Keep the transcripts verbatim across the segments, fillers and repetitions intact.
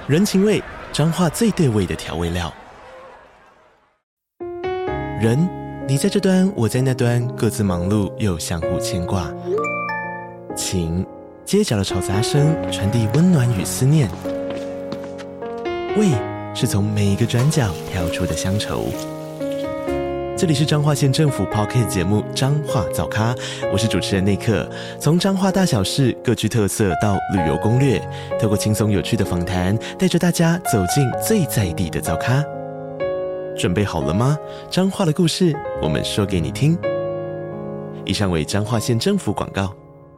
人情味，彰化最对味的调味料。人，你在这端，我在那端，各自忙碌又相互牵挂。情，街角的吵杂声传递温暖与思念。味，是从每一个转角跳出的乡愁。这里是彰化县政府 Podcast 节目《彰化早咖》，我是主持人内克。从彰化大小事各具特色到旅游攻略，透过轻松有趣的访谈，带着大家走进最在地的早咖。准备好了吗？彰化的故事，我们说给你听。以上为彰化县政府广告。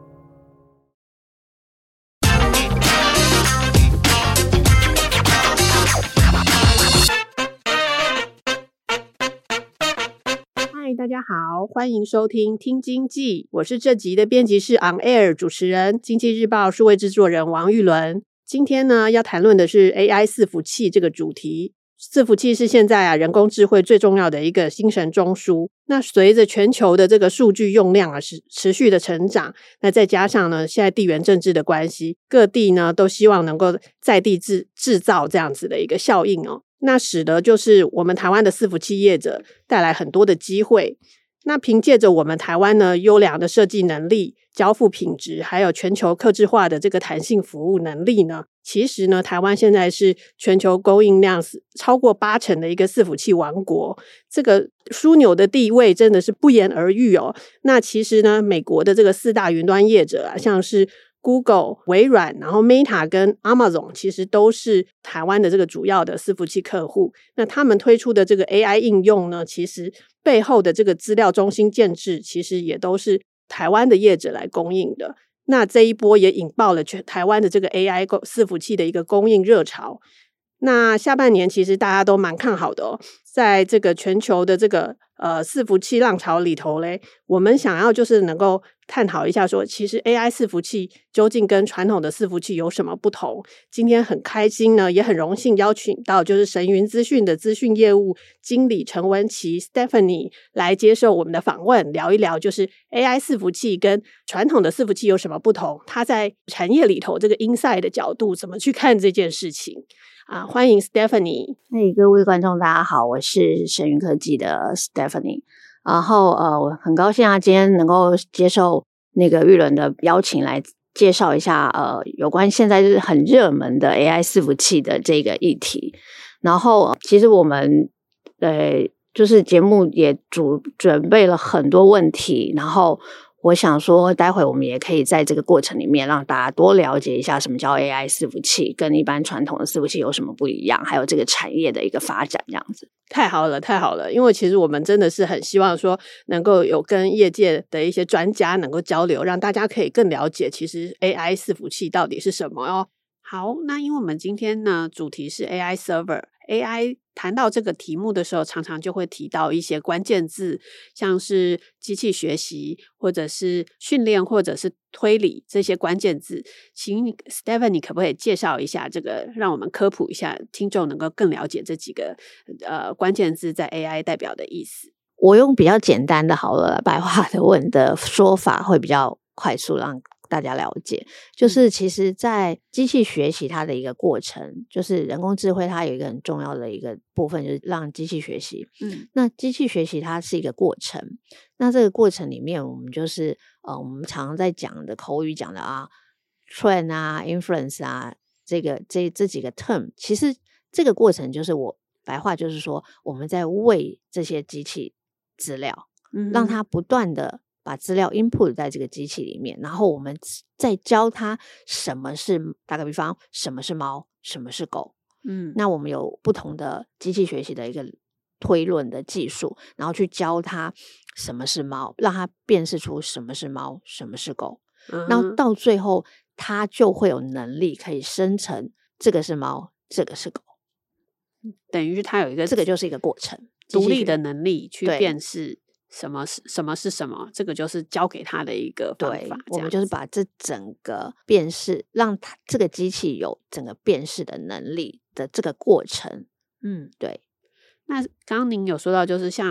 嗨，大家好，欢迎收听听经济，我是这集的编辑室 On Air 主持人，经济日报数位制作人王玉伦。今天呢，要谈论的是 A I 伺服器这个主题。伺服器是现在啊人工智慧最重要的一个精神中枢。那随着全球的这个数据用量啊是持续的成长，那再加上呢现在地缘政治的关系，各地呢都希望能够在地制制造这样子的一个效应哦。那使得就是我们台湾的伺服器业者带来很多的机会。那凭借着我们台湾呢优良的设计能力、交付品质，还有全球客制化的这个弹性服务能力呢，其实呢台湾现在是全球供应量超过八成的一个伺服器王国，这个枢纽的地位真的是不言而喻哦。那其实呢美国的这个四大云端业者啊，像是Google、微软，然后 Meta 跟 Amazon 其实都是台湾的这个主要的伺服器客户。那他们推出的这个 A I 应用呢，其实背后的这个资料中心建制其实也都是台湾的业者来供应的。那这一波也引爆了全台湾的这个 A I 伺服器的一个供应热潮。那下半年其实大家都蛮看好的哦，在这个全球的这个呃伺服器浪潮里头嘞，我们想要就是能够探讨一下说，其实 A I 伺服器究竟跟传统的伺服器有什么不同。今天很开心呢，也很荣幸邀请到就是神云资讯的资讯业务经理陈文琪 Stephanie 来接受我们的访问，聊一聊就是 A I 伺服器跟传统的伺服器有什么不同，他在产业里头这个 inside 的角度怎么去看这件事情啊，欢迎 Stephanie。 嘿，各位观众大家好，我是神云科技的 Stephanie。然后呃，我很高兴啊，今天能够接受那个玉伦的邀请来介绍一下呃有关现在就是很热门的 A I 伺服器的这个议题。然后其实我们呃就是节目也主准备了很多问题，然后我想说待会我们也可以在这个过程里面让大家多了解一下什么叫 A I 伺服器，跟一般传统的伺服器有什么不一样，还有这个产业的一个发展这样子。 太好了太好了，因为其实我们真的是很希望说能够有跟业界的一些专家能够交流，让大家可以更了解其实 A I 伺服器到底是什么哦。好，那因为我们今天呢主题是 A I Server， A I 谈到这个题目的时候常常就会提到一些关键字，像是机器学习或者是训练或者是推理这些关键字。请 Stephanie 可不可以介绍一下这个，让我们科普一下，听众能够更了解这几个呃关键字在 A I 代表的意思。 我用比较简单的好了，白话的问的说法会比较快速让大家了解。就是其实在机器学习它的一个过程，就是人工智慧它有一个很重要的一个部分，就是让机器学习。嗯，那机器学习它是一个过程，那这个过程里面我们就是呃我们常常在讲的口语讲的啊 train 啊 inference 啊，这个这这几个 term， 其实这个过程就是我白话就是说我们在喂这些机器资料，嗯，让它不断的把资料 input 在这个机器里面，然后我们再教它什么是，打个比方，什么是猫，什么是狗。嗯，那我们有不同的机器学习的一个推论的技术，然后去教它什么是猫，让它辨识出什么是猫，什么是狗。嗯，然后到最后它就会有能力可以生成这个是猫，这个是狗。 等于是它有一个这个就是一个过程， 独立的能力去辨识什么是什么是什么，这个就是教给他的一个方法。 对，我们就是把这整个辨识，让它这个机器有整个辨识的能力的这个过程。嗯，对。 那刚刚您有说到，就是像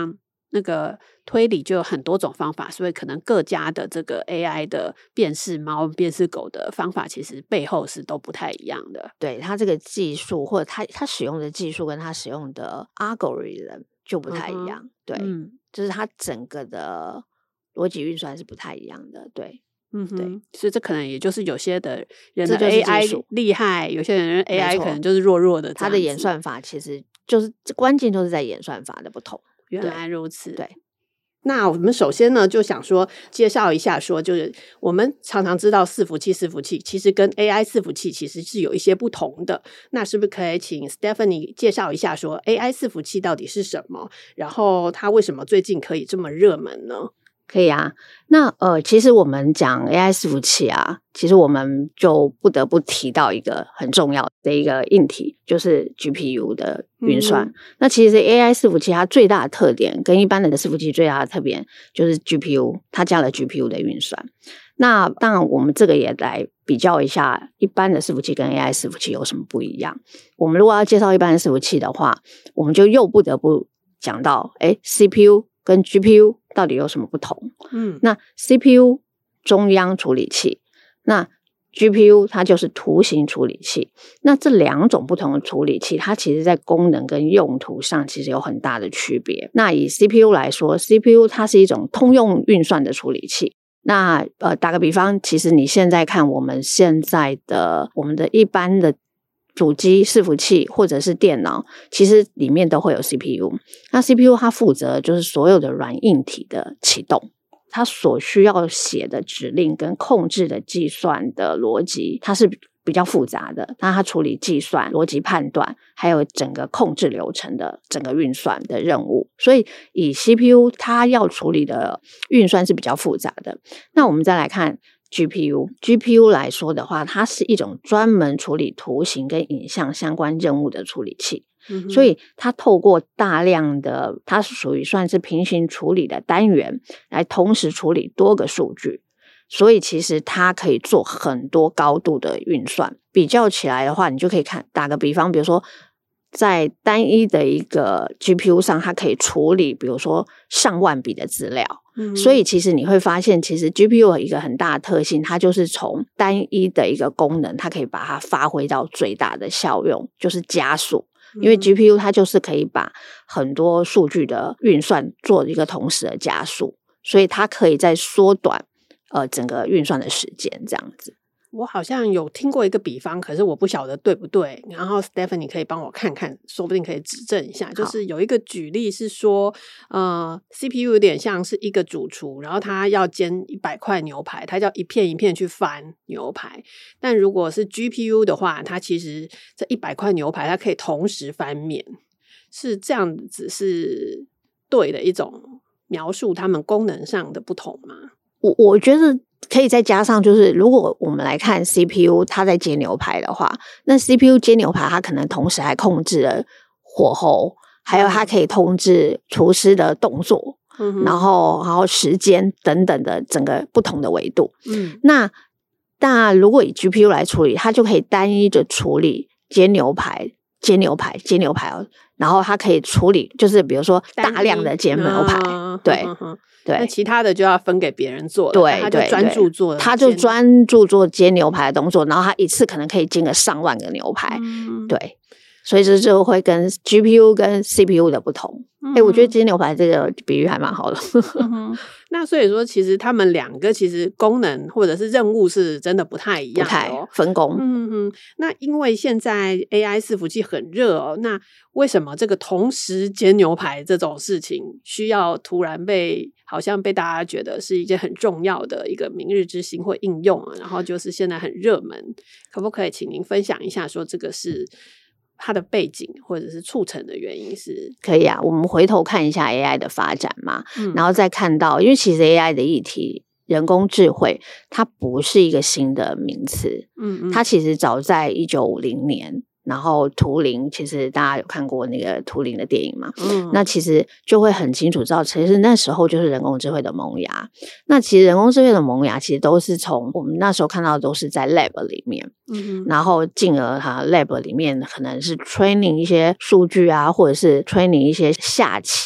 那个推理就有很多种方法，所以可能各家的这个 A I 的辨识猫、辨识狗的方法，其实背后是都不太一样的。 对，它这个技术或者它它使用的技术跟它使用的 algorithm 就不太一样。嗯、对、嗯，就是它整个的逻辑运算是不太一样的。对。 嗯哼，对，所以这可能也就是有些的人的 A I 厉害，有些人 A I 可能就是弱弱的。 它的演算法其实就是关键，就是在演算法的不同。 原来如此， 对。 那我们首先呢，就想说介绍一下说，就是我们常常知道伺服器伺服器其实跟 A I 伺服器其实是有一些不同的。那是不是可以请 Stephanie 介绍一下说 A I 伺服器到底是什么，然后它为什么最近可以这么热门呢？ 可以啊，那呃，其实我们讲 A I 伺服器啊，其实我们就不得不提到一个很重要的一个硬体，就是 G P U 的运算。嗯、那其实 A I 伺服器它最大的特点，跟一般的伺服器最大的特点就是 G P U， 它加了 G P U 的运算。那当然，我们这个也来比较一下一般的伺服器跟 A I 伺服器有什么不一样。我们如果要介绍一般的伺服器的话，我们就又不得不讲到，诶 C P U 跟 G P U 到底有什么不同？嗯，那 C P U 中央处理器，那 G P U 它就是图形处理器。那这两种不同的处理器，它其实在功能跟用途上其实有很大的区别。那以 C P U 来说 ，C P U 它是一种通用运算的处理器。那呃，打个比方，其实你现在看我们现在的我们的一般的主机、伺服器或者是电脑，其实里面都会有 C P U。那 C P U 它负责就是所有的软硬体的启动，它所需要写的指令跟控制的计算的逻辑，它是比较复杂的。那它处理计算、逻辑判断，还有整个控制流程的整个运算的任务。所以以 C P U 它要处理的运算是比较复杂的。那我们再来看G P U G P U 来说的话，它是一种专门处理图形跟影像相关任务的处理器。嗯、所以它透过大量的，它是属于算是平行处理的单元，来同时处理多个数据。所以其实它可以做很多高度的运算。比较起来的话，你就可以看，打个比方，比如说在单一的一个 G P U 上，它可以处理比如说上万笔的资料。嗯、所以其实你会发现，其实 G P U 有一个很大的特性，它就是从单一的一个功能，它可以把它发挥到最大的效用，就是加速。因为 G P U 它就是可以把很多数据的运算做一个同时的加速，所以它可以再缩短呃整个运算的时间这样子。 我好像有听过一个比方，可是我不晓得对不对，然后 Stephanie 可以帮我看看，说不定可以指正一下。就是有一个举例是说呃 C P U 有点像是一个主厨，然后他要煎一百块牛排，他要一片一片去翻牛排。但如果是 G P U 的话，它其实这一百块牛排它可以同时翻面。是这样子是对的一种描述他们功能上的不同吗？ 我我觉得可以再加上，就是如果我们来看 C P U 它在煎牛排的话，那 C P U 煎牛排它可能同时还控制了火候，还有它可以控制厨师的动作、嗯、然后然后时间等等的整个不同的维度。嗯，那那如果以 G P U 来处理，它就可以单一的处理煎牛排煎牛排煎牛排然后它可以处理就是比如说大量的煎牛排、嗯、对、嗯嗯对， 那其他的就要分给别人做了， 对， 他就专注做， 他就专注做煎牛排的动作，然后他一次可能可以煎个上万个牛排，嗯、对，所以这就会跟 G P U 跟 C P U 的不同。哎、嗯欸，我觉得煎牛排这个比喻还蛮好的。 嗯、那所以说，其实他们两个其实功能或者是任务是真的不太一样、哦，不太分工。 嗯嗯，那因为现在 A I 伺服器很热哦，那为什么这个同时煎牛排这种事情需要突然被好像被大家觉得是一件很重要的一个明日之星会应用啊？然后就是现在很热门，可不可以请您分享一下，说这个是它的背景或者是促成的原因是？ 可以啊，我们回头看一下 A I 的发展嘛，嗯、然后再看到，因为其实 A I 的议题，人工智慧，它不是一个新的名词，嗯嗯，它其实早在一九五零年。然后图灵，其实大家有看过那个图灵的电影嘛？嗯，那其实就会很清楚知道，其实那时候就是人工智慧的萌芽。那其实人工智慧的萌芽，其实都是从我们那时候看到的都是在 lab 里面，嗯，然后进而哈 lab 里面可能是 training 一些数据啊，或者是 training 一些下棋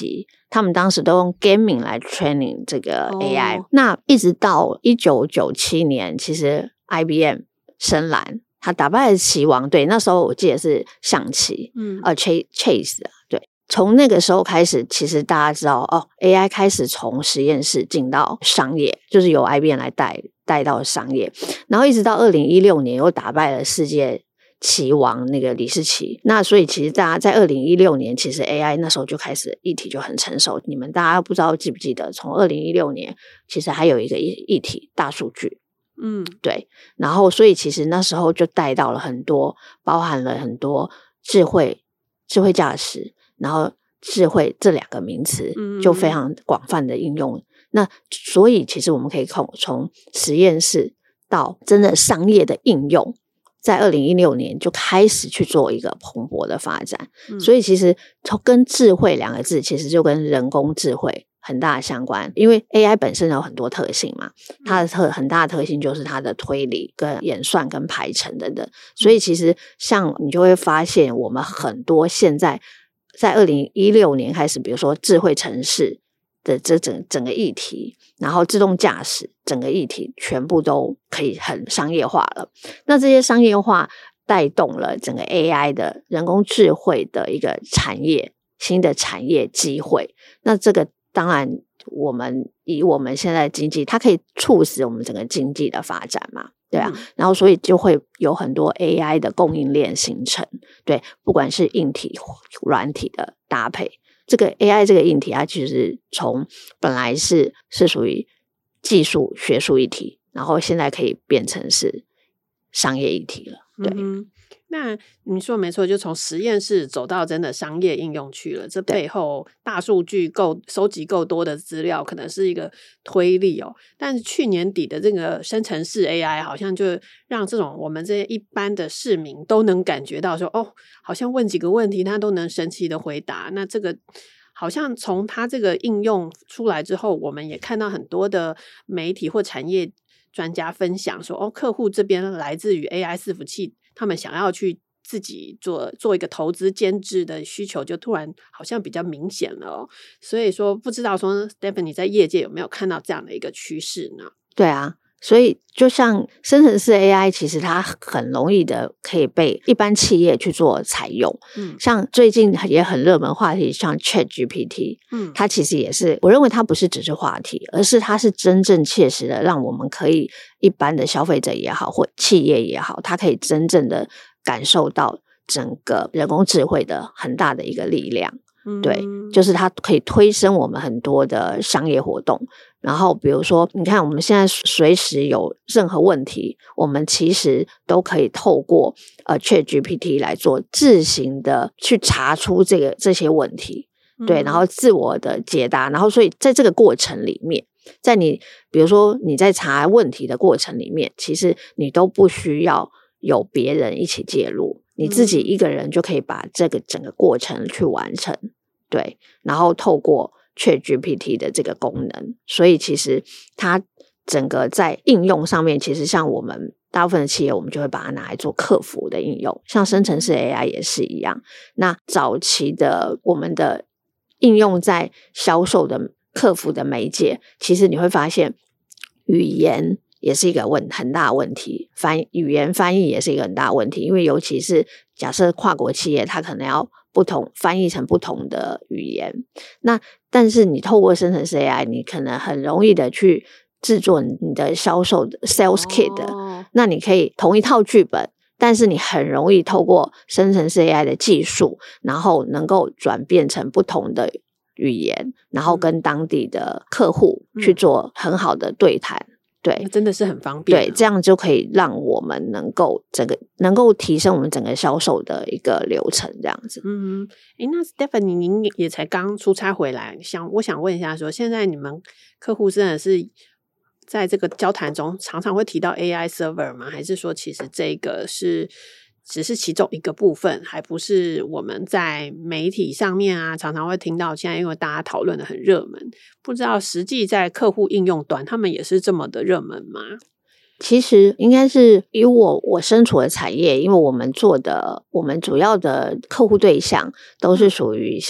他们当时都用 gaming 来 training 这个 A I、哦、那一直到一九九七年，其实 I B M 深蓝他打败了棋王，对，那时候我记得是象棋，嗯，呃 Chase Chase 啊，对，从那个时候开始，其实大家知道哦 ，A I 开始从实验室进到商业，就是由 I B M 来带带到商业，然后一直到二零一六年又打败了世界棋王那个李世奇。那所以其实大家在二零一六年，其实 A I 那时候就开始议题就很成熟。你们大家不知道记不记得，从二零一六年其实还有一个议议题大数据。嗯，对，然后所以其实那时候就带到了很多，包含了很多智慧、智慧驾驶，然后智慧这两个名词就非常广泛的应用。嗯、那所以其实我们可以从从实验室到真的商业的应用，在二零一六年就开始去做一个蓬勃的发展。嗯、所以其实跟智慧两个字，其实就跟人工智慧很大的相关，因为 A I 本身有很多特性嘛，它的特很大的特性就是它的推理跟演算跟排程等等，所以其实像你就会发现我们很多现在在二零一六年开始，比如说智慧城市的这整整个议题，然后自动驾驶整个议题全部都可以很商业化了。那这些商业化带动了整个 A I 的人工智慧的一个产业，新的产业机会。那这个当然我们以我们现在经济，它可以促使我们整个经济的发展嘛，对啊、嗯、然后所以就会有很多 A I 的供应链形成，对，不管是硬体软体的搭配，这个 A I 这个硬体它其实从本来是是属于技术学术议题，然后现在可以变成是商业议题了，对、嗯那你说没错，就从实验室走到真的商业应用去了，这背后大数据够收集够多的资料，可能是一个推力哦。但是去年底的这个生成式 A I 好像就让这种我们这些一般的市民都能感觉到说，哦，好像问几个问题他都能神奇的回答。那这个好像从它这个应用出来之后，我们也看到很多的媒体或产业专家分享说，哦，客户这边来自于 A I 伺服器，他们想要去自己做做一个投资监制的需求，就突然好像比较明显了哦。所以说，不知道说 Stephanie 在业界有没有看到这样的一个趋势呢？ 对啊，所以就像生成式 A I， 其实它很容易的可以被一般企业去做采用。嗯，像最近也很热门话题，像 ChatGPT， 嗯，它其实也是，我认为它不是只是话题，而是它是真正切实的，让我们可以一般的消费者也好，或企业也好，它可以真正的感受到整个人工智慧的很大的一个力量。嗯、对，就是它可以推升我们很多的商业活动。然后比如说你看我们现在随时有任何问题，我们其实都可以透过呃 ChatGPT 来做自行的去查出这个这些问题，对，然后自我的解答。然后所以在这个过程里面，在你比如说你在查问题的过程里面，其实你都不需要有别人一起介入，你自己一个人就可以把这个整个过程去完成，对，然后透过 ChatGPT 的这个功能，所以其实它整个在应用上面，其实像我们大部分的企业，我们就会把它拿来做客服的应用，像生成式 A I 也是一样。那早期的我们的应用在销售的客服的媒介，其实你会发现语言也是一个问很大的问题，翻语言翻译也是一个很大的问题，因为尤其是假设跨国企业，它可能要不同翻译成不同的语言，那但是你透过生成式 A I， 你可能很容易的去制作你的销售的 sales kit，哦，那你可以同一套剧本，但是你很容易透过生成式 A I 的技术，然后能够转变成不同的语言，然后跟当地的客户去做很好的对谈。嗯，对， 真的是很方便，啊， 对，这样就可以让我们能够整个能够提升我们整个销售的一个流程，这样子。 嗯，诶，那 Stephanie 您也才刚出差回来，想我想问一下说，现在你们客户真的是在这个交谈中常常会提到 A I server 吗？还是说其实这个是只是其中一个部分，还不是我们在媒体上面啊常常会听到，现在因为大家讨论的很热门，不知道实际在客户应用端他们也是这么的热门吗？ 其实应该是以我我身处的产业，因为我们做的我们主要的客户对象都是属于像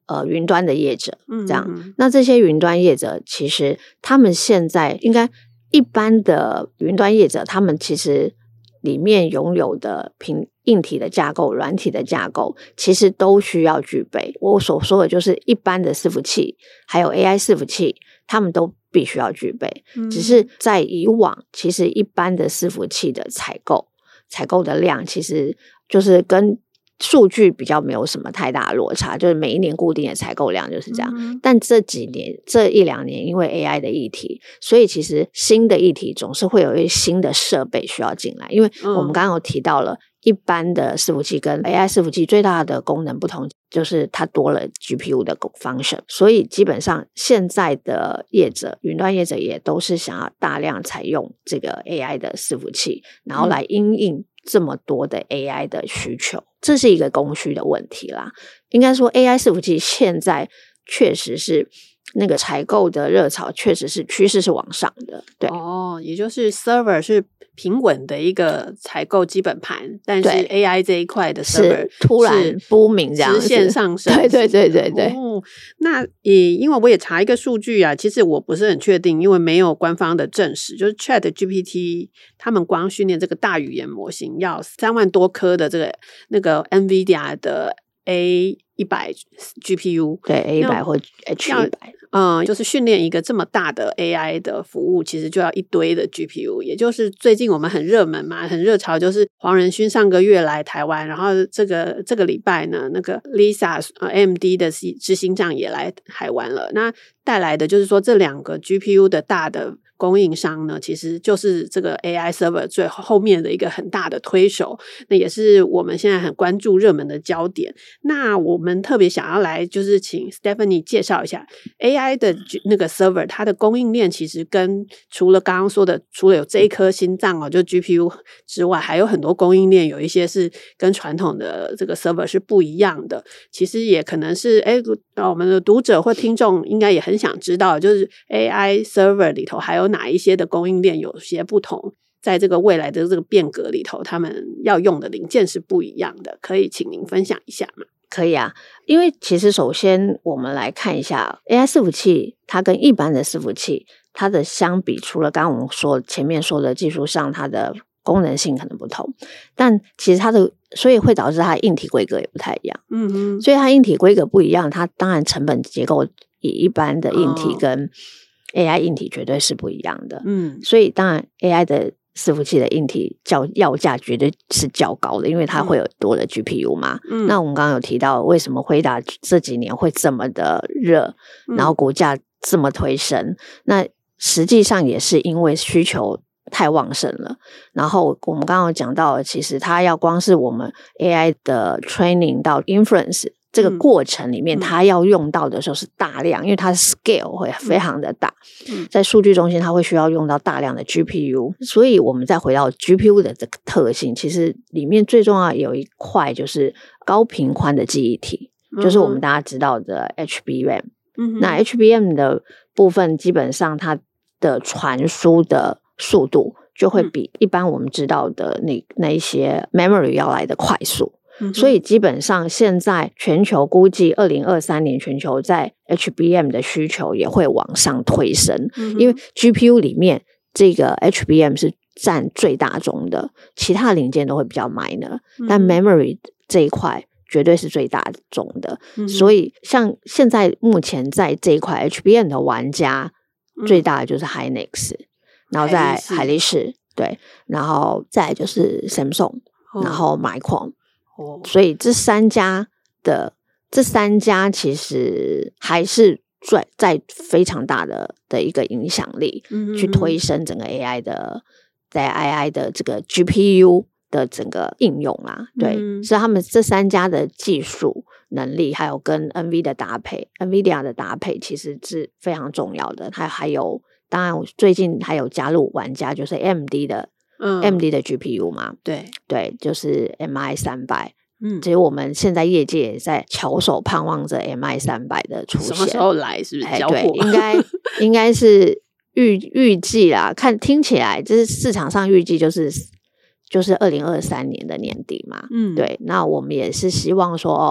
呃云端的业者这样。 嗯嗯那这些云端业者其实他们现在应该一般的云端业者，他们其实里面拥有的平硬体的架构、软体的架构，其实都需要具备。我所说的就是一般的伺服器，还有 A I 伺服器，他们都必须要具备。 嗯只是在以往，其实一般的伺服器的采购，采购的量其实就是跟数据比较没有什么太大的落差，就是每一年固定的采购量就是这样。 嗯但这几年这一两年因为 A I 的议题，所以其实新的议题总是会有一些新的设备需要进来，因为我们刚刚有提到了一般的伺服器跟 A I 伺服器最大的功能不同，就是它多了 G P U 的 function， 所以基本上现在的业者云端业者也都是想要大量采用这个 A I 的伺服器，然后来因应这么多的 A I 的需求，这是一个供需的问题啦。应该说 A I 伺服器现在确实是那个采购的热潮确实是趋势是往上的。对哦，也就是 server 是平稳的一个采购基本盘，但是 A I 这一块的 server 是突然 booming 这样子直线上升。 对对对对对。 哦，那也因为我也查一个数据啊，其实我不是很确定，因为没有官方的证实，就是 Chat G P T 他们光训练这个大语言模型要三万多颗的这个那个 NVIDIA 的 A 一百 G P U， 对 A 一百或 H 一百。 嗯，就是训练一个这么大的 A I 的服务，其实就要一堆的 G P U。也就是最近我们很热门嘛，很热潮，就是黄仁勋上个月来台湾，然后这个这个礼拜呢，那个 Lisa 呃 A M D 的执行长也来台湾了。那带来的就是说，这两个 G P U 的大的供应商呢，其实就是这个 A I server 最后面的一个很大的推手，那也是我们现在很关注热门的焦点。那我们特别想要来就是请 Stephanie 介绍一下 A I 的那个 server， 它的供应链其实跟除了刚刚说的，除了有这一颗心脏哦，就 G P U 之外，还有很多供应链，有一些是跟传统的这个 server 是不一样的。其实也可能是诶我们的读者或听众应该也很想知道，就是 A I server 里头还有哪一些的供应链有些不同，在这个未来的这个变革里头，他们要用的零件是不一样的，可以请您分享一下吗？ 可以啊，因为其实首先我们来看一下 A I 伺服器，它跟一般的伺服器它的相比，除了刚刚我们说前面说的技术上它的功能性可能不同，但其实它的所以会导致它的硬体规格也不太一样。 嗯哼， 所以它硬体规格不一样，它当然成本结构以一般的硬体跟 A I 硬体绝对是不一样的。 嗯， 所以当然 A I 的伺服器的硬体较要价绝对是较高的，因为它会有多的 G P U 嘛。嗯、那我们刚刚有提到为什么辉达这几年会这么的热， 嗯、 然后股价这么推升，那实际上也是因为需求太旺盛了。然后我们刚刚有讲到，其实它要光是我们 A I 的 training 到 inference这个过程里面， 嗯、 它要用到的时候是大量，因为它的 scale 会非常的大。 嗯、 在数据中心它会需要用到大量的 G P U， 所以我们再回到 G P U 的这个特性，其实里面最重要有一块就是高频宽的记忆体，嗯、就是我们大家知道的 H B M。 嗯、 那 H B M 的部分基本上它的传输的速度就会比一般我们知道的那那一些 memory 要来的快速。 嗯、 所以基本上现在全球估计二零二三年全球在 H B M 的需求也会往上推升。 嗯、 因为 G P U 里面这个 H B M 是占最大宗的，其他零件都会比较 minor，嗯、但 memory 这一块绝对是最大宗的。 嗯、 所以像现在目前在这一块 H B M 的玩家，嗯、最大的就是 Hynix， 然后再海力士，对，然后再来就是 Samsung，哦、然后 Micron。 哦、 所以这三家的这三家其实还是在在非常大的的一个影响力， 嗯、 去推升整个 A I 的在 A I 的这个 G P U 的整个应用啦。对， 嗯、 所以他们这三家的技术能力，还有跟 N V 的搭配 ，NVIDIA 的搭配其实是非常重要的。它还有，当然最近还有加入玩家，就是 A M D 的。 嗯、 A M D 的 G P U 嘛， 对对，就是 M I 三百。 嗯， 其实我们现在业界也在翘首盼望着 M I 三百的出现， 什么时候来？是不是交货？ 对，应该应该是预预计啦，看听起来就是市场上预计就是就是二零二三年的年底嘛。 嗯， 对，那我们也是希望说哦，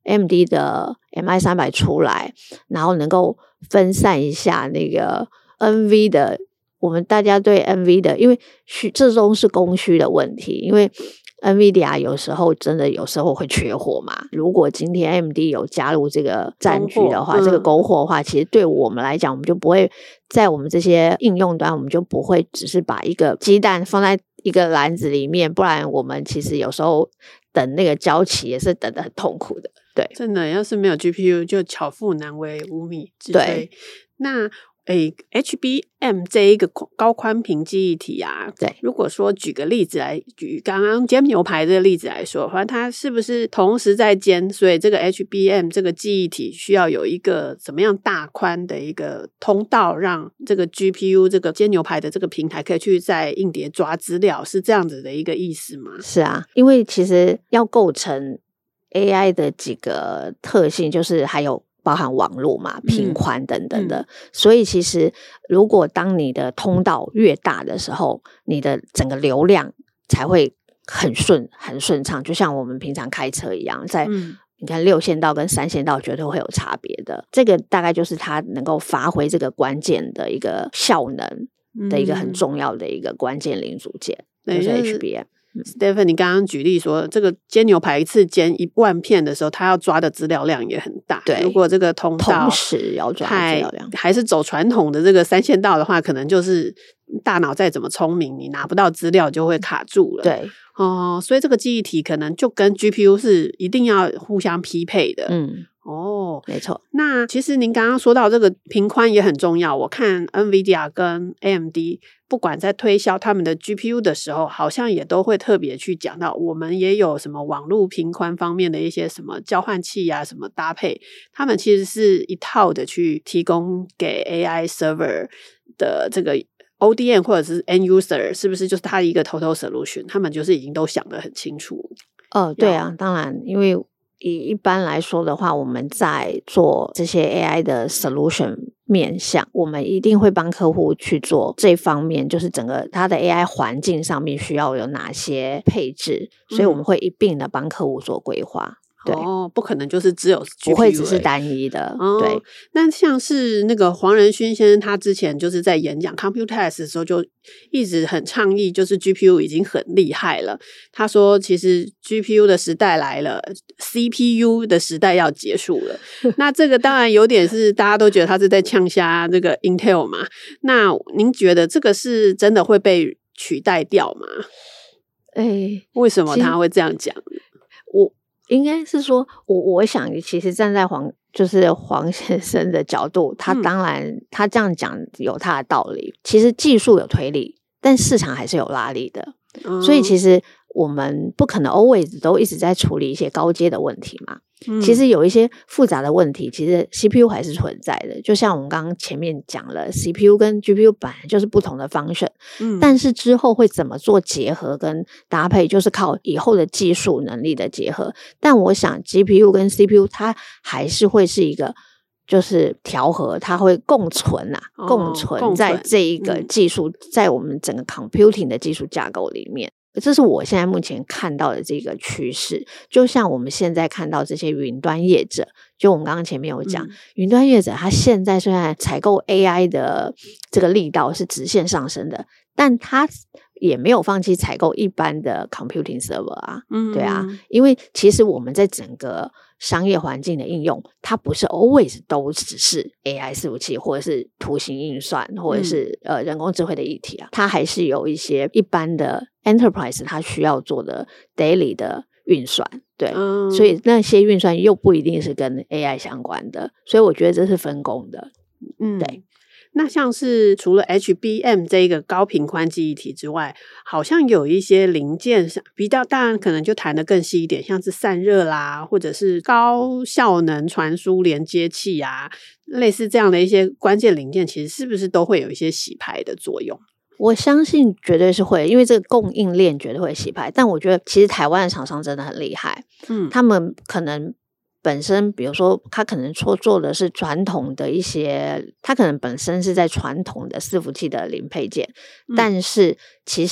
A M D 的 M I 三百 出来，然后能够分散一下那个 N V 的，我们大家对 N V 的，因为需这都是供需的问题，因为 NVIDIA 有时候真的有时候会缺货嘛，如果今天 A M D 有加入这个战局的话， 嗯、 这个供货的话，其实对我们来讲，我们就不会在我们这些应用端，我们就不会只是把一个鸡蛋放在一个篮子里面，不然我们其实有时候等那个交期也是等得很痛苦的。对， 真的，要是没有 G P U 就巧妇难为无米之炊。 对， 那诶 H B M 这一个高宽频记忆体啊， 对， 如果说举个例子来，举刚刚煎牛排这个例子来说的话，它是不是同时在煎？所以这个 H B M 这个记忆体需要有一个怎么样大宽的一个通道，让这个 G P U 这个煎牛排的这个平台可以去在硬碟抓资料，是这样子的一个意思吗？ 是啊，因为其实要构成 A I 的几个特性，就是还有包含网络嘛、频宽等等的、嗯、所以其实如果当你的通道越大的时候，你的整个流量才会很顺很顺畅，就像我们平常开车一样，在、嗯、你看六线道跟三线道绝对会有差别的，这个大概就是它能够发挥这个关键的一个效能的一个很重要的一个关键零组件、嗯、就是 H B M。 Stephen 你刚刚举例说这个煎牛排一次煎一万片的时候，它要抓的资料量也很大， 对， 如果这个通道同时要抓资料量， 还是走传统的这个三线道的话，可能就是大脑再怎么聪明，你拿不到资料就会卡住了。 对哦、呃，所以这个记忆体可能就跟 G P U 是一定要互相匹配的。 嗯， 哦， 没错。 那其实您刚刚说到这个频宽也很重要，我看 NVIDIA 跟 A M D不管在推销他们的 G P U 的时候，好像也都会特别去讲到我们也有什么网络频宽方面的一些什么交换器啊什么搭配，他们其实是一套的去提供给 A I server 的这个 O D M 或者是 end user， 是不是就是他一个 total solution， 他们就是已经都想得很清楚。 哦，对啊，当然因为以一般来说的话，我们在做这些 A I 的 solution 面向，我们一定会帮客户去做这方面，就是整个它的 A I 环境上面需要有哪些配置，嗯、所以我们会一并的帮客户做规划。对哦，不可能就是只有 G P U， 不会只是单一的。哦、对， 那像是那个黄仁勋先生，他之前就是在演讲 Computex 的时候，就一直很倡议，就是 G P U 已经很厉害了。他说，其实 G P U 的时代来了 ，C P U 的时代要结束了。那这个当然有点是大家都觉得他是在呛瞎这个 Intel 嘛。那您觉得这个是真的会被取代掉吗？ 哎， 为什么他会这样讲？ 我。应该是说我我想其实站在黄就是黄先生的角度，他当然、嗯、他这样讲有他的道理，其实技术有推力，但市场还是有拉力的、嗯、所以其实我们不可能 always 都一直在处理一些高阶的问题嘛、嗯、其实有一些复杂的问题其实 C P U 还是存在的，就像我们刚刚前面讲了 C P U 跟 G P U 本来就是不同的 function、嗯、但是之后会怎么做结合跟搭配，就是靠以后的技术能力的结合，但我想 G P U 跟 C P U 它还是会是一个就是调和，它会共存啊、哦、共存在这一个技术、嗯、在我们整个 computing 的技术架构里面，这是我现在目前看到的这个趋势。就像我们现在看到这些云端业者，就我们刚刚前面有讲、嗯、云端业者他现在虽然采购 A I 的这个力道是直线上升的，但他也没有放弃采购一般的 computing server 啊、嗯、对啊，因为其实我们在整个商业环境的应用，它不是 always 都只是 A I 伺服器或者是图形运算或者是、嗯、呃人工智慧的议题啊，它还是有一些一般的 enterprise 它需要做的 daily 的运算，对、嗯、所以那些运算又不一定是跟 A I 相关的，所以我觉得这是分工的。嗯，对。 那像是除了 H B M 这个高频宽记忆体之外，好像有一些零件比较，当然可能就谈得更细一点，像是散热啦，或者是高效能传输连接器啊，类似这样的一些关键零件，其实是不是都会有一些洗牌的作用？ 我相信绝对是会，因为这个供应链绝对会洗牌，但我觉得其实台湾的厂商真的很厉害，嗯，他们可能本身比如说他可能做做的是传统的一些，他可能本身是在传统的伺服器的零配件、嗯、但是其实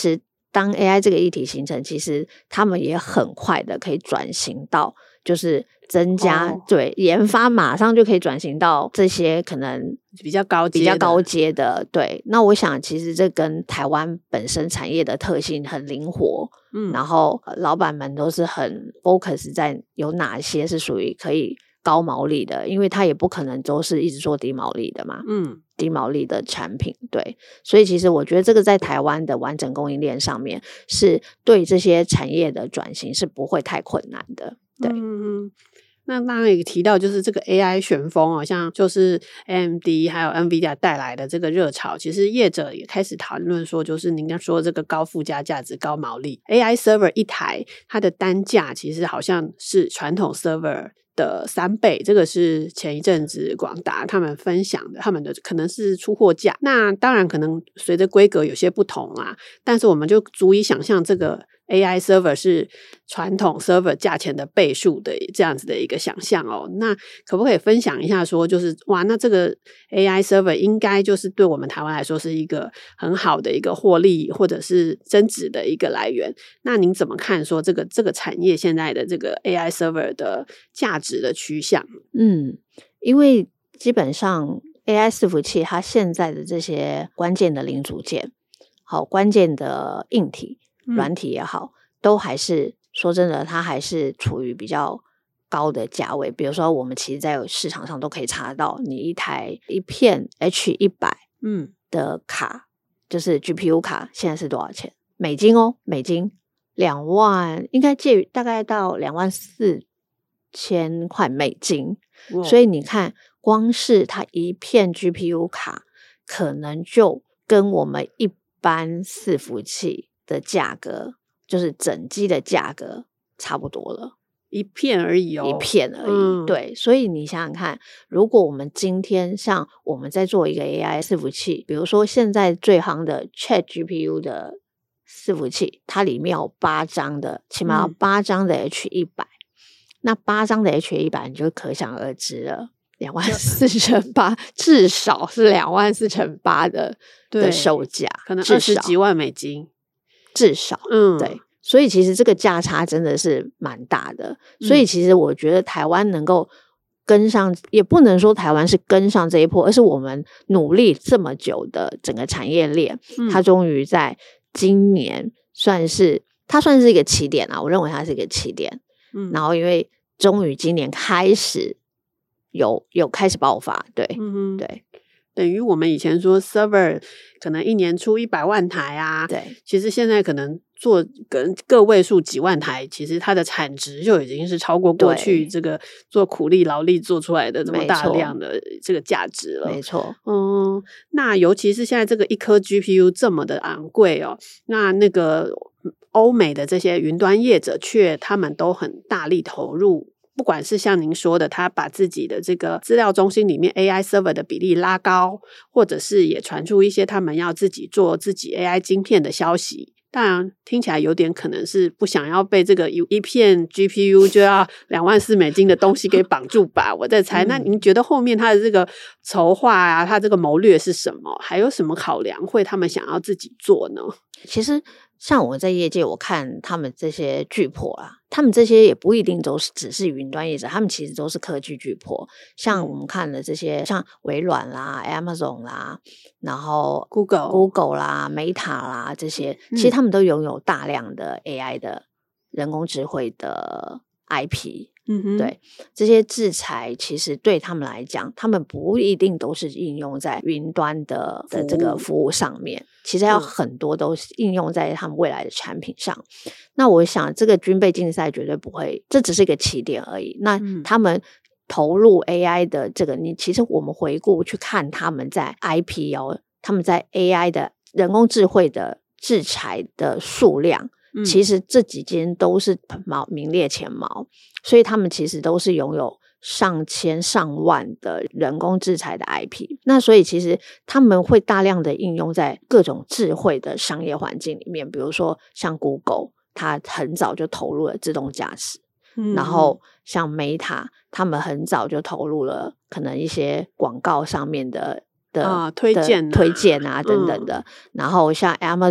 当 A I 这个议题形成，其实他们也很快的可以转型到就是增加、哦、对研发，马上就可以转型到这些可能比较高阶比较高阶的。对，那我想其实这跟台湾本身产业的特性很灵活，嗯，然后老板们都是很 focus 在有哪些是属于可以高毛利的，因为他也不可能都是一直做低毛利的嘛，嗯，低毛利的产品。对，所以其实我觉得这个在台湾的完整供应链上面是对这些产业的转型是不会太困难的。对， 嗯，那当然也提到就是这个 A I 旋风哦，像就是 A M D 还有 NVIDIA 带来的这个热潮，其实业者也开始谈论说，就是您刚说这个高附加价值、高毛利 A I server 一台，它的单价其实好像是传统 server的三倍，这个是前一阵子广达他们分享的，他们的可能是出货价。那当然可能随着规格有些不同啊，但是我们就足以想象这个A I server 是传统 server 价钱的倍数的这样子的一个想象哦。那可不可以分享一下说，就是哇，那这个 A I server 应该就是对我们台湾来说是一个很好的一个获利或者是增值的一个来源。那您怎么看说这个这个产业现在的这个 A I server 的价值的趋向？ 嗯，因为基本上 A I 伺服器它现在的这些关键的零组件，好，关键的硬体软体也好，都还是说真的，它还是处于比较高的价位。比如说我们其实在市场上都可以查到，你一台一片 H 一百 嗯的卡，就是 G P U 卡，现在是多少钱？美金哦，美金两万，应该介于大概到两万四千块美金。所以你看，光是它一片 G P U 卡，可能就跟我们一般伺服器的价格，就是整机的价格差不多了， 一片而已哦， 一片而已、嗯、对，所以你想想看，如果我们今天像我们在做一个 A I 伺服器，比如说现在最夯的 Chat G P U 的伺服器，它里面有八张的，起码有八张的 H 一百、嗯、那八张的 H 一百 你就可想而知了，两万四乘八，至少是两万四乘八的的售价， 可能二十几万美金， 至少，嗯，对，所以其实这个价差真的是蛮大的。嗯、所以其实我觉得台湾能够跟上，也不能说台湾是跟上这一波，而是我们努力这么久的整个产业链，嗯、它终于在今年算是，它算是一个起点啊，我认为它是一个起点。嗯，然后因为终于今年开始有有开始爆发，对，嗯、对。 等于我们以前说 server 可能一年出一百万台啊， 对， 其实现在可能做个个位数几万台，其实它的产值就已经是超过过去这个做苦力劳力做出来的这么大量的这个价值了。 没错， 嗯，那尤其是现在这个一颗 G P U 这么的昂贵哦，那那个欧美的这些云端业者却他们都很大力投入。不管是像您说的，他把自己的这个资料中心里面 A I server 的比例拉高，或者是也传出一些他们要自己做自己 A I 晶片的消息。当然听起来有点可能是不想要被这个一片 G P U 就要两万四美金的东西给绑住吧，我在猜。那您觉得后面他的这个筹划啊，他这个谋略是什么？还有什么考量会他们想要自己做呢？ 其实像我在业界，我看他们这些巨擘啊，他们这些也不一定都是只是云端业者，他们其实都是科技巨擘。像我们看的这些，像微软啦、Amazon 啦，然后 Google、 Google 啦、Meta 啦这些，其实他们都拥有大量的 A I 的人工智慧的 I P。嗯哼，对，这些制裁其实对他们来讲，他们不一定都是应用在云端的的这个服务上面，其实要很多都是应用在他们未来的产品上。嗯、那我想这个军备竞赛绝对不会，这只是一个起点而已。那他们投入 A I 的这个，你其实我们回顾去看他们在 I P 哦，他们在 A I 的人工智慧的制裁的数量。嗯、其实这几间都是毛名列前茅，所以他们其实都是拥有上千上万的人工智慧的 I P。 那所以其实他们会大量的应用在各种智慧的商业环境里面，比如说像 Google 它很早就投入了自动驾驶、嗯、然后像 Meta 他们很早就投入了可能一些广告上面的的、 啊、推荐、啊、 推荐啊等等的、嗯、然后像 Amazon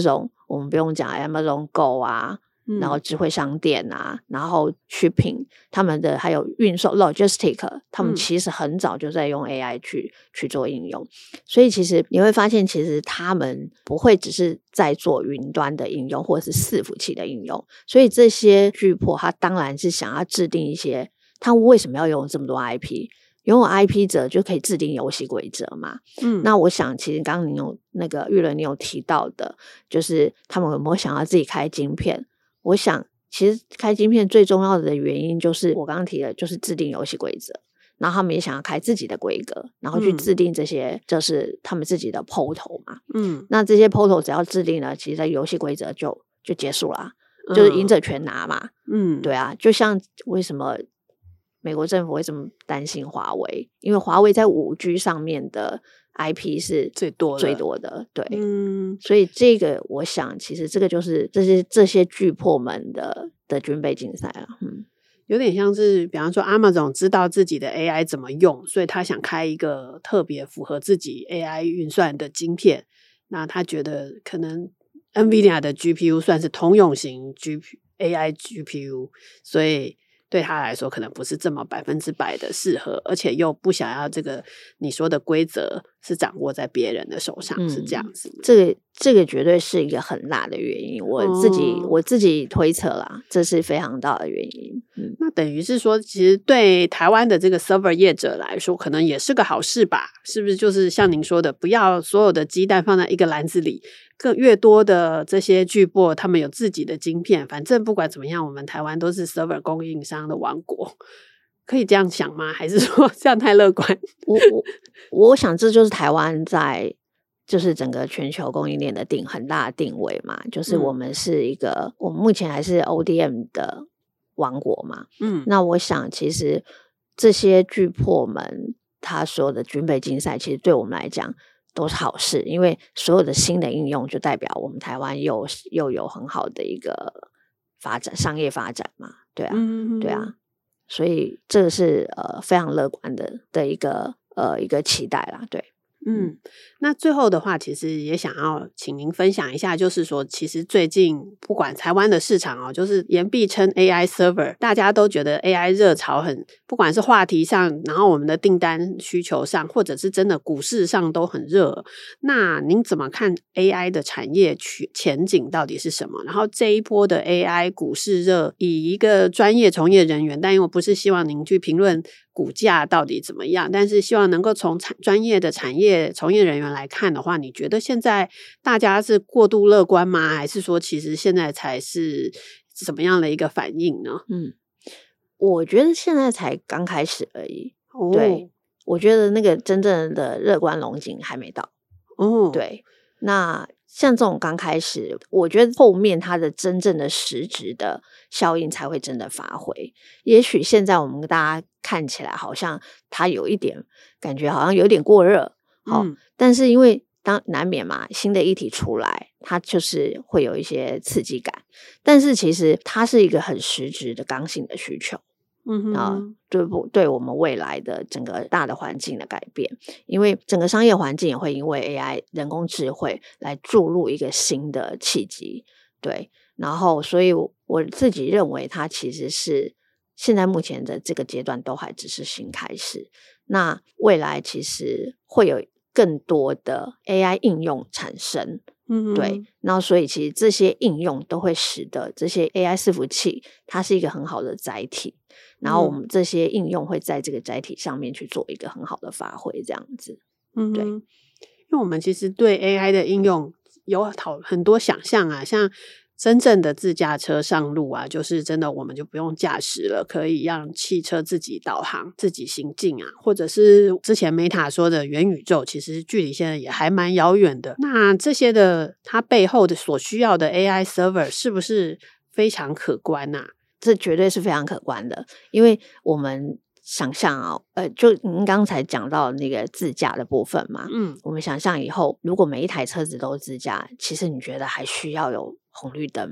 我们不用讲 Amazon Go 啊，然后智慧商店啊，然后 shipping 他们的还有运送 logistic 他们其实很早就在用 A I 去、嗯、去做应用，所以其实你会发现其实他们不会只是在做云端的应用或者是伺服器的应用，所以这些巨擘他当然是想要制定一些，他为什么要拥有这么多 I P，拥有 I P 者就可以制定游戏规则嘛。嗯，那我想其实刚刚你有那个玉伦你有提到的，就是他们有没有想要自己开晶片，我想其实开晶片最重要的原因就是我刚刚提的，就是制定游戏规则，然后他们也想要开自己的规格，然后去制定这些、嗯、就是他们自己的 portal 嘛。嗯，那这些 portal 只要制定了，其实游戏规则就就结束啦，就是赢者全拿嘛。嗯，对啊，就像为什么美国政府为什么担心华为，因为华为在 五 G 上面的 I P 是最多的最多的，对， 嗯， 所以这个我想其实这个就是这些这些巨擘们的的军备竞赛了。嗯， 有点像是比方说 Amazon 知道自己的 A I 怎么用，所以他想开一个特别符合自己 A I 运算的晶片，那他觉得可能 NVIDIA 的 G P U 算是通用型 G P A I G P U， 所以对他来说可能不是这么百分之百的适合，而且又不想要这个你说的规则是掌握在别人的手上、嗯、是这样子。 这个这个绝对是一个很大的原因，我自己、哦、我自己推测啦，这是非常大的原因。嗯， 那等于是说其实对台湾的这个 server 业者来说可能也是个好事吧，是不是？就是像您说的，不要所有的鸡蛋放在一个篮子里，更越多的这些巨擘他们有自己的晶片，反正不管怎么样我们台湾都是 server 供应商的王国，可以这样想吗？还是说这样太乐观？ 我我我想这就是台湾在就是整个全球供应链的定很大的定位嘛，就是我们是一个、嗯、我们目前还是 O D M 的王国嘛。嗯，那我想其实这些巨擘们他所有的军备竞赛其实对我们来讲都是好事，因为所有的新的应用就代表我们台湾又又有很好的一个发展，商业发展嘛。对啊，嗯、对啊，所以这个是呃非常乐观的的一个呃一个期待啦。对。 嗯，那最后的话其实也想要请您分享一下，就是说其实最近不管台湾的市场哦，就是言必称 A I server， 大家都觉得 A I 热潮很，不管是话题上，然后我们的订单需求上，或者是真的股市上都很热。那您怎么看 A I 的产业前景到底是什么？然后这一波的 A I 股市热，以一个专业从业人员，但因为我不是希望您去评论股价到底怎么样，但是希望能够从专业的产业从业人员来看的话，你觉得现在大家是过度乐观吗？还是说其实现在才是什么样的一个反应呢？ 嗯，我觉得现在才刚开始而已。哦，对，我觉得那个真正的乐观龙井还没到。哦，对，那像这种刚开始，我觉得后面它的真正的实质的效应才会真的发挥。也许现在我们大家看起来好像它有一点感觉好像有点过热，好、嗯，但是因为当难免嘛，新的议题出来，它就是会有一些刺激感，但是其实它是一个很实质的刚性的需求。嗯啊，对不？对我们未来的整个大的环境的改变，因为整个商业环境也会因为 A I 人工智慧来注入一个新的契机，对。然后，所以我自己认为，它其实是现在目前的这个阶段都还只是新开始。那未来其实会有更多的 A I 应用产生。嗯，对，那所以其实这些应用都会使得这些 A I 伺服器它是一个很好的载体，然后我们这些应用会在这个载体上面去做一个很好的发挥，这样子。嗯，对，因为我们其实对 A I 的应用有讨很多想象啊，像真正的自驾车上路啊，就是真的我们就不用驾驶了，可以让汽车自己导航自己行进啊，或者是之前 Meta 说的元宇宙，其实距离现在也还蛮遥远的。那这些的它背后的所需要的 A I server 是不是非常可观啊？ 这绝对是非常可观的，因为我们想象啊、哦，呃，就您刚才讲到那个自驾的部分嘛，嗯，我们想象以后如果每一台车子都自驾，其实你觉得还需要有红绿灯吗？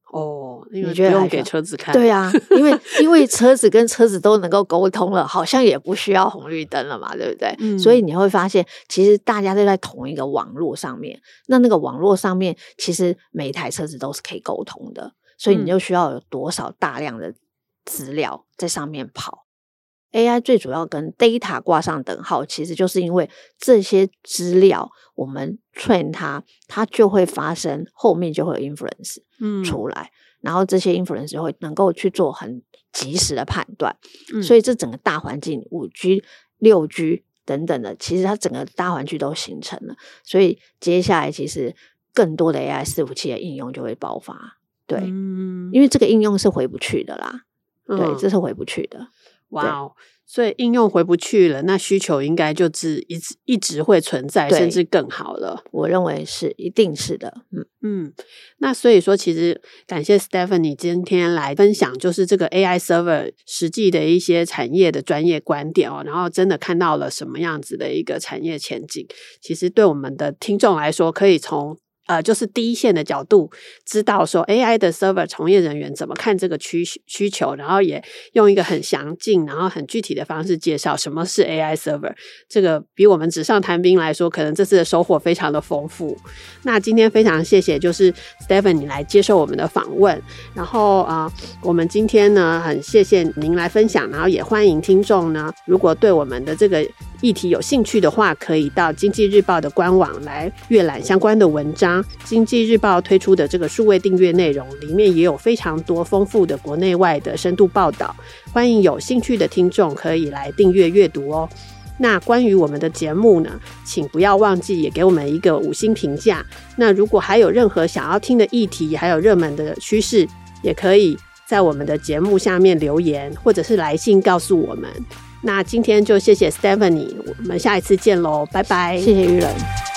哦，因为你觉得不用给车子看。 对啊，因为因为车子跟车子都能够沟通了，好像也不需要红绿灯了嘛，对不对？嗯，所以你会发现，其实大家都在同一个网络上面。那那个网络上面，其实每一台车子都是可以沟通的，所以你就需要有多少大量的资料在上面跑。A I 最主要跟 data 挂上等号，其实就是因为这些资料我们 train 它，它就会发生，后面就会有 inference 出来，嗯，然后这些 inference 会能够去做很及时的判断，嗯，所以这整个大环境 五 G、六 G 等等的，其实它整个大环境都形成了，所以接下来其实更多的 A I 伺服器的应用就会爆发，对，嗯，因为这个应用是回不去的啦，嗯，对，这是回不去的。 哇哦，所以应用回不去了，那需求应该就只一直一直会存在，甚至更好了。 我认为是，一定是的。嗯嗯，那所以说，其实感谢 Stephanie 今天来分享，就是这个 A I server 实际的一些产业的专业观点哦，然后真的看到了什么样子的一个产业前景。其实对我们的听众来说，可以从呃，就是第一线的角度知道说 A I 的 server 从业人员怎么看这个需需求，然后也用一个很详尽然后很具体的方式介绍什么是 A I server， 这个比我们纸上谈兵来说，可能这次的收获非常的丰富。那今天非常谢谢就是 Stephanie 来接受我们的访问，然后呃，我们今天呢很谢谢您来分享，然后也欢迎听众呢，如果对我们的这个议题有兴趣的话，可以到经济日报的官网来阅览相关的文章。经济日报推出的这个数位订阅内容里面也有非常多丰富的国内外的深度报道，欢迎有兴趣的听众可以来订阅阅读哦。那关于我们的节目呢，请不要忘记也给我们一个五星评价。那如果还有任何想要听的议题，还有热门的趋势，也可以在我们的节目下面留言，或者是来信告诉我们。那今天就谢谢 Stephanie， 我们下一次见咯，拜拜。 谢谢玉人。